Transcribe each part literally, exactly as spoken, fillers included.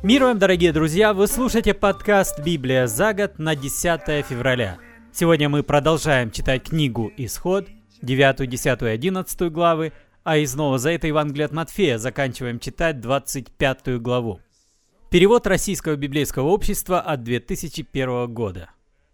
Мир вам, дорогие друзья! Вы слушаете подкаст «Библия за год» на десятое февраля. Сегодня мы продолжаем читать книгу «Исход», девятую, десятую и одиннадцатую главы, а из Нового Завета Евангелия от Матфея заканчиваем читать двадцать пятую главу. Перевод Российского библейского общества от две тысячи первого года.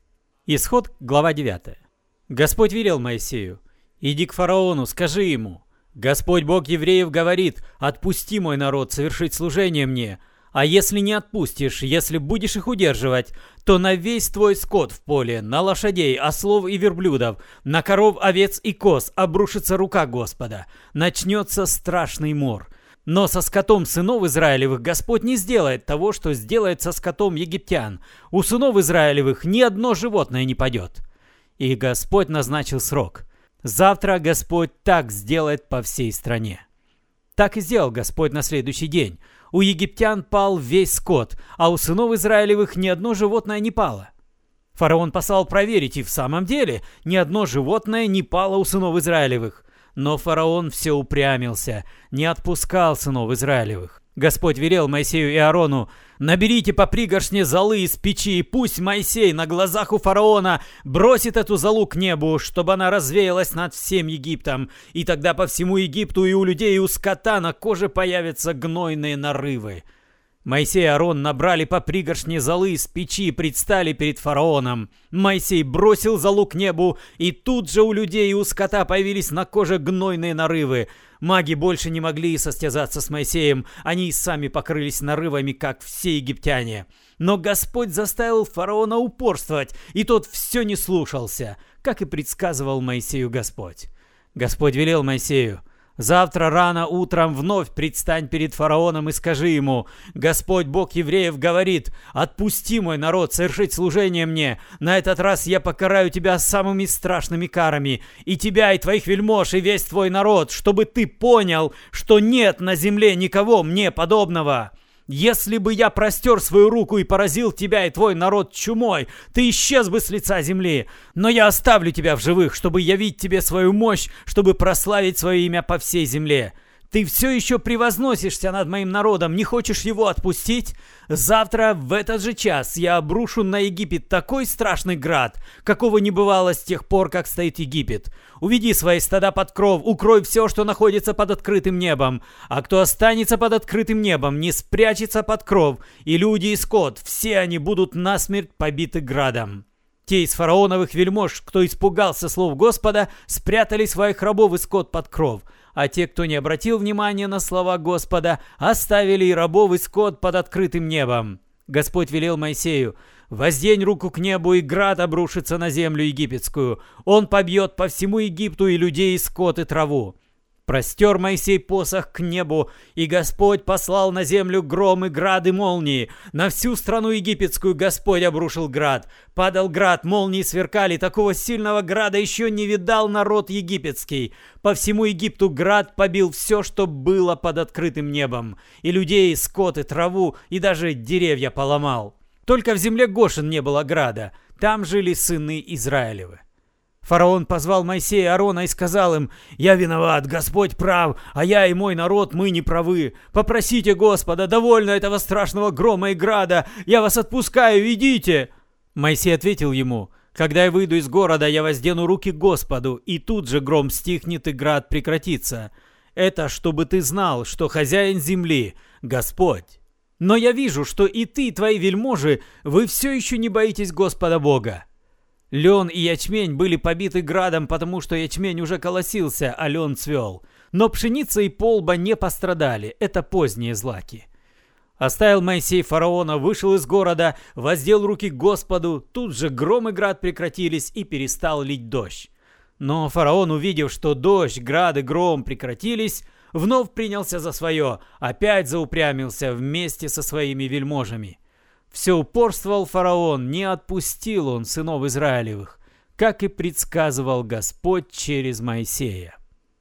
Исход, глава девятая. Господь велел Моисею: «Иди к фараону, скажи ему: Господь Бог евреев говорит: отпусти мой народ совершить служение мне. А если не отпустишь, если будешь их удерживать, то на весь твой скот в поле, на лошадей, ослов и верблюдов, на коров, овец и коз обрушится рука Господа. Начнется страшный мор. Но со скотом сынов Израилевых Господь не сделает того, что сделает со скотом египтян. У сынов Израилевых ни одно животное не падет». И Господь назначил срок. Завтра Господь так сделает по всей стране. Так и сделал Господь на следующий день. У египтян пал весь скот, а у сынов Израилевых ни одно животное не пало. Фараон послал проверить, и в самом деле ни одно животное не пало у сынов Израилевых. Но фараон все упрямился, не отпускал сынов Израилевых. Господь велел Моисею и Аарону: «Наберите по пригоршне золы из печи, и пусть Моисей на глазах у фараона бросит эту золу к небу, чтобы она развеялась над всем Египтом, и тогда по всему Египту и у людей, и у скота на коже появятся гнойные нарывы». Моисей и Аарон набрали по пригоршне золы из печи и предстали перед фараоном. Моисей бросил золу к небу, и тут же у людей и у скота появились на коже гнойные нарывы. Маги больше не могли состязаться с Моисеем, они и сами покрылись нарывами, как все египтяне. Но Господь заставил фараона упорствовать, и тот все не слушался, как и предсказывал Моисею Господь. Господь велел Моисею: «Завтра рано утром вновь предстань перед фараоном и скажи ему: Господь Бог евреев говорит: отпусти мой народ совершить служение мне. На этот раз я покараю тебя самыми страшными карами, и тебя, и твоих вельмож, и весь твой народ, чтобы ты понял, что нет на земле никого мне подобного. Если бы я простер свою руку и поразил тебя и твой народ чумой, ты исчез бы с лица земли. Но я оставлю тебя в живых, чтобы явить тебе свою мощь, чтобы прославить свое имя по всей земле. Ты все еще превозносишься над моим народом, не хочешь его отпустить? Завтра в этот же час я обрушу на Египет такой страшный град, какого не бывало с тех пор, как стоит Египет. Уведи свои стада под кров, укрой все, что находится под открытым небом. А кто останется под открытым небом, не спрячется под кров, и люди, и скот, все они будут насмерть побиты градом». Те из фараоновых вельмож, кто испугался слов Господа, спрятали своих рабов и скот под кров, а те, кто не обратил внимания на слова Господа, оставили и рабов и скот под открытым небом. Господь велел Моисею: «Воздень руку к небу, и град обрушится на землю египетскую. Он побьет по всему Египту и людей, и скот, и траву». Простер Моисей посох к небу, и Господь послал на землю гром и град и молнии. На всю страну египетскую Господь обрушил град. Падал град, молнии сверкали, такого сильного града еще не видал народ египетский. По всему Египту град побил все, что было под открытым небом. И людей, и скот, и траву, и даже деревья поломал. Только в земле Гошен не было града, там жили сыны Израилевы. Фараон позвал Моисея и Аарона и сказал им: «Я виноват, Господь прав, а я и мой народ, мы не правы. Попросите Господа, довольно этого страшного грома и града, я вас отпускаю, идите». Моисей ответил ему: «Когда я выйду из города, я воздену руки к Господу, и тут же гром стихнет и град прекратится. Это чтобы ты знал, что хозяин земли – Господь. Но я вижу, что и ты, и твои вельможи, вы все еще не боитесь Господа Бога». Лен и ячмень были побиты градом, потому что ячмень уже колосился, а лен цвел. Но пшеница и полба не пострадали, это поздние злаки. Оставил Моисей фараона, вышел из города, воздел руки к Господу, тут же гром и град прекратились, и перестал лить дождь. Но фараон, увидев, что дождь, град и гром прекратились, вновь принялся за свое, опять заупрямился вместе со своими вельможами. Все упорствовал фараон, не отпустил он сынов Израилевых, как и предсказывал Господь через Моисея.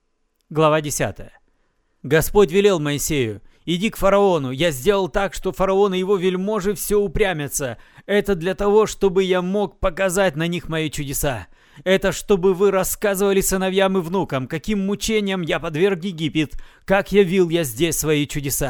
Глава десятая. Господь велел Моисею: «Иди к фараону, я сделал так, что фараон и его вельможи все упрямятся. Это для того, чтобы я мог показать на них мои чудеса. Это чтобы вы рассказывали сыновьям и внукам, каким мучениям я подверг Египет, как явил я здесь свои чудеса.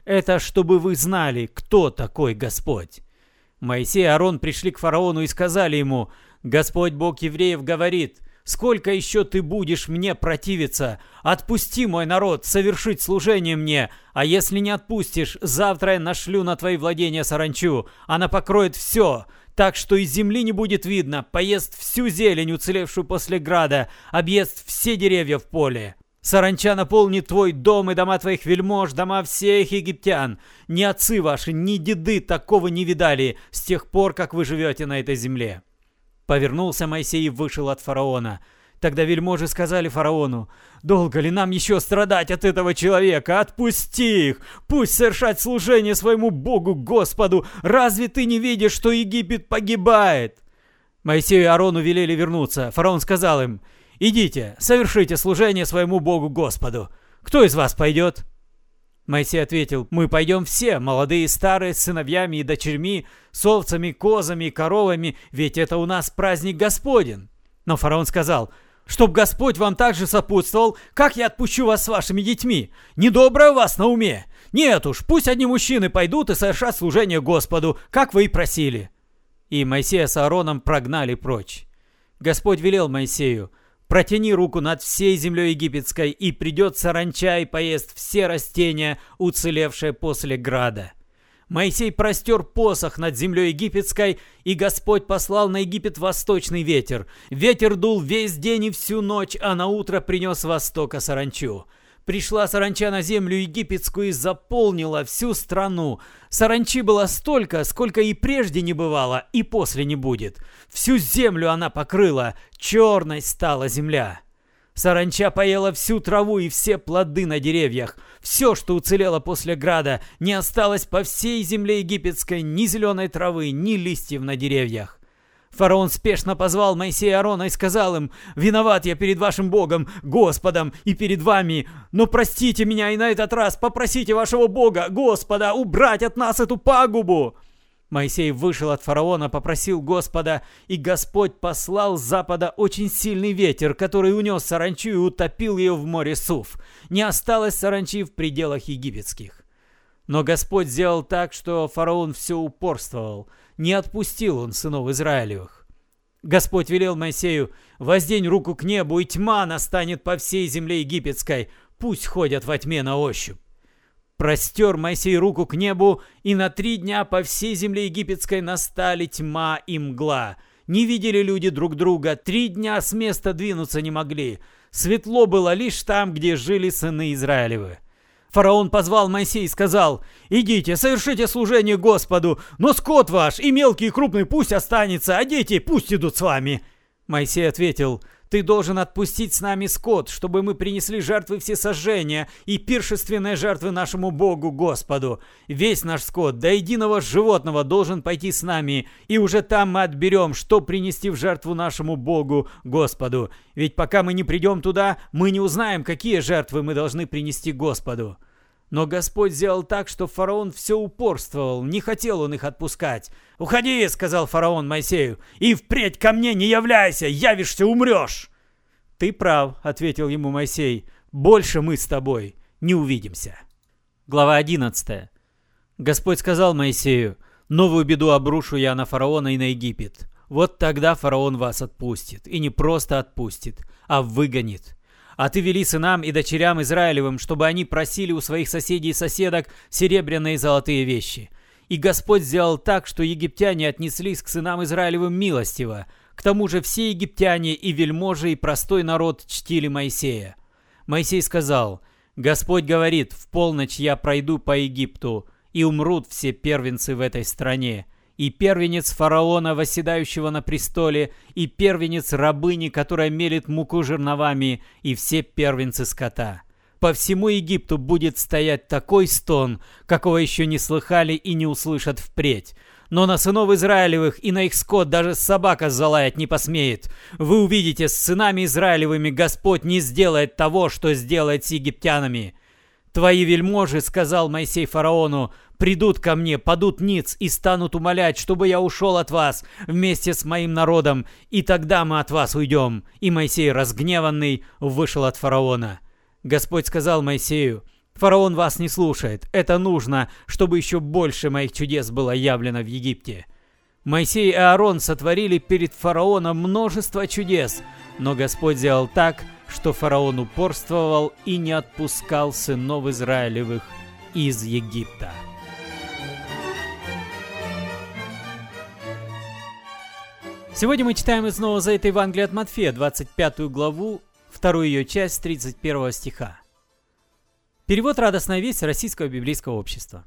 Это чтобы вы знали, кто такой Господь». Моисей и Аарон пришли к фараону и сказали ему: «Господь Бог евреев говорит: сколько еще ты будешь мне противиться? Отпусти мой народ совершить служение мне, а если не отпустишь, завтра я нашлю на твои владения саранчу, она покроет все, так что из земли не будет видно, поест всю зелень, уцелевшую после града, объест все деревья в поле. Саранча наполнит твой дом и дома твоих вельмож, дома всех египтян. Ни отцы ваши, ни деды такого не видали с тех пор, как вы живете на этой земле». Повернулся Моисей и вышел от фараона. Тогда вельможи сказали фараону: «Долго ли нам еще страдать от этого человека? Отпусти их! Пусть совершат служение своему Богу Господу! Разве ты не видишь, что Египет погибает?» Моисею и Аарону велели вернуться. Фараон сказал им: «Идите, совершите служение своему Богу Господу. Кто из вас пойдет?» Моисей ответил: «Мы пойдем все, молодые и старые, с сыновьями и дочерьми, с овцами, козами и коровами, ведь это у нас праздник Господень». Но фараон сказал: «Чтоб Господь вам также сопутствовал, как я отпущу вас с вашими детьми? Недоброе у вас на уме? Нет уж, пусть одни мужчины пойдут и совершат служение Господу, как вы и просили». И Моисея с Аароном прогнали прочь. Господь велел Моисею: «Протяни руку над всей землей египетской, и придет саранча и поест все растения, уцелевшие после града». Моисей простер посох над землей египетской, и Господь послал на Египет восточный ветер. Ветер дул весь день и всю ночь, а наутро принес с востока саранчу. Пришла саранча на землю египетскую и заполнила всю страну. Саранчи было столько, сколько и прежде не бывало, и после не будет. Всю землю она покрыла, черной стала земля. Саранча поела всю траву и все плоды на деревьях. Все, что уцелело после града, не осталось по всей земле египетской ни зеленой травы, ни листьев на деревьях. Фараон спешно позвал Моисея и Аарона и сказал им: «Виноват я перед вашим Богом, Господом, и перед вами, но простите меня и на этот раз попросите вашего Бога, Господа, убрать от нас эту пагубу». Моисей вышел от фараона, попросил Господа, и Господь послал с запада очень сильный ветер, который унес саранчу и утопил ее в море Суф. Не осталось саранчи в пределах египетских. Но Господь сделал так, что фараон все упорствовал. Не отпустил он сынов Израилевых. Господь велел Моисею: «Воздень руку к небу, и тьма настанет по всей земле египетской. Пусть ходят во тьме на ощупь». Простер Моисей руку к небу, и на три дня по всей земле египетской настали тьма и мгла. Не видели люди друг друга, три дня с места двинуться не могли. Светло было лишь там, где жили сыны Израилевы. Фараон позвал Моисея и сказал: «Идите, совершите служение Господу, но скот ваш, и мелкий, и крупный, пусть останется, а дети пусть идут с вами». Моисей ответил: «Ты должен отпустить с нами скот, чтобы мы принесли жертвы всесожжения и пиршественные жертвы нашему Богу Господу. Весь наш скот до единого животного должен пойти с нами, и уже там мы отберем, что принести в жертву нашему Богу Господу. Ведь пока мы не придем туда, мы не узнаем, какие жертвы мы должны принести Господу». Но Господь сделал так, что фараон все упорствовал, не хотел он их отпускать. «Уходи», — сказал фараон Моисею, — «и впредь ко мне не являйся, явишься — умрешь». «Ты прав», — ответил ему Моисей, — «больше мы с тобой не увидимся». Глава одиннадцатая. Господь сказал Моисею: «Новую беду обрушу я на фараона и на Египет. Вот тогда фараон вас отпустит, и не просто отпустит, а выгонит. А ты вели сынам и дочерям Израилевым, чтобы они просили у своих соседей и соседок серебряные и золотые вещи». И Господь сделал так, что египтяне отнеслись к сынам Израилевым милостиво. К тому же все египтяне и вельможи, и простой народ чтили Моисея. Моисей сказал: «Господь говорит: в полночь я пройду по Египту, и умрут все первенцы в этой стране. И первенец фараона, восседающего на престоле, и первенец рабыни, которая мелит муку жерновами, и все первенцы скота. По всему Египту будет стоять такой стон, какого еще не слыхали и не услышат впредь. Но на сынов Израилевых и на их скот даже собака залаять не посмеет. Вы увидите, с сынами Израилевыми Господь не сделает того, что сделает с египтянами. Твои вельможи, — сказал Моисей фараону, — придут ко мне, падут ниц и станут умолять, чтобы я ушел от вас вместе с моим народом, и тогда мы от вас уйдем». И Моисей, разгневанный, вышел от фараона. Господь сказал Моисею: Фараон вас не слушает. Это нужно, чтобы еще больше моих чудес было явлено в Египте. Моисей и Аарон сотворили перед фараоном множество чудес, но Господь сделал так, что фараон упорствовал и не отпускал сынов Израилевых из Египта. Сегодня мы читаем из Нового Завета Евангелия от Матфея, двадцать пятую главу, вторую ее часть, тридцать первого стиха. Перевод «Радостная весть» Российского библейского общества.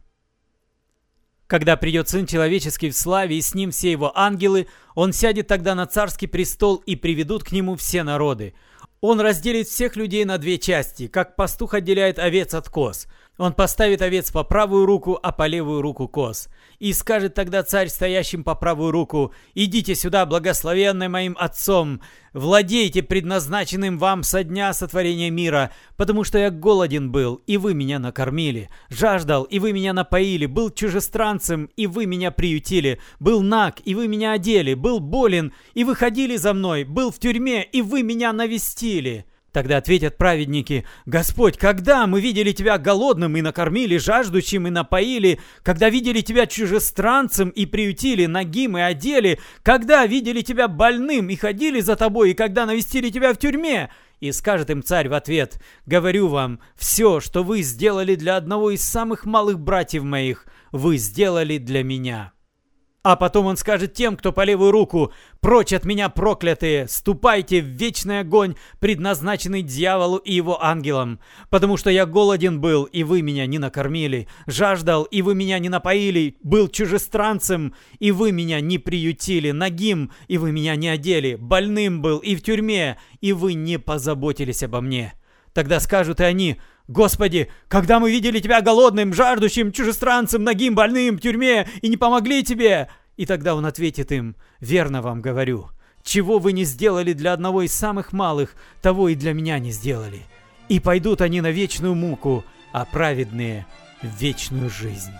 «Когда придет Сын Человеческий в славе, и с Ним все Его ангелы, Он сядет тогда на царский престол, и приведут к Нему все народы. Он разделит всех людей на две части, как пастух отделяет овец от коз. Он поставит овец по правую руку, а по левую руку коз. И скажет тогда царь, стоящим по правую руку: «Идите сюда, благословенный моим Отцом, владейте предназначенным вам со дня сотворения мира, потому что я голоден был, и вы меня накормили, жаждал, и вы меня напоили, был чужестранцем, и вы меня приютили, был наг, и вы меня одели, был болен, и вы ходили за мной, был в тюрьме, и вы меня навестили». Тогда ответят праведники: «Господь, когда мы видели Тебя голодным и накормили, жаждущим и напоили? Когда видели Тебя чужестранцем и приютили, нагим и одели? Когда видели Тебя больным и ходили за Тобой, и когда навестили Тебя в тюрьме?» И скажет им царь в ответ: «Говорю вам, все, что вы сделали для одного из самых малых братьев моих, вы сделали для меня». А потом он скажет тем, кто по левую руку: «Прочь от меня, проклятые, ступайте в вечный огонь, предназначенный дьяволу и его ангелам, потому что я голоден был, и вы меня не накормили, жаждал, и вы меня не напоили, был чужестранцем, и вы меня не приютили, нагим, и вы меня не одели, больным был и в тюрьме, и вы не позаботились обо мне». Тогда скажут и они: «Господи, когда мы видели Тебя голодным, жаждущим, чужестранцем, нагим, больным, в тюрьме, и не помогли Тебе?» И тогда Он ответит им: «Верно вам говорю, чего вы не сделали для одного из самых малых, того и для меня не сделали. И пойдут они на вечную муку, а праведные — в вечную жизнь».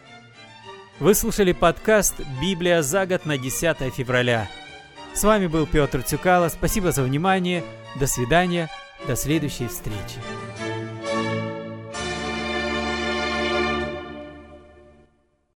Вы слушали подкаст «Библия за год» на десятое февраля. С вами был Петр Цюкало. Спасибо за внимание. До свидания. До следующей встречи.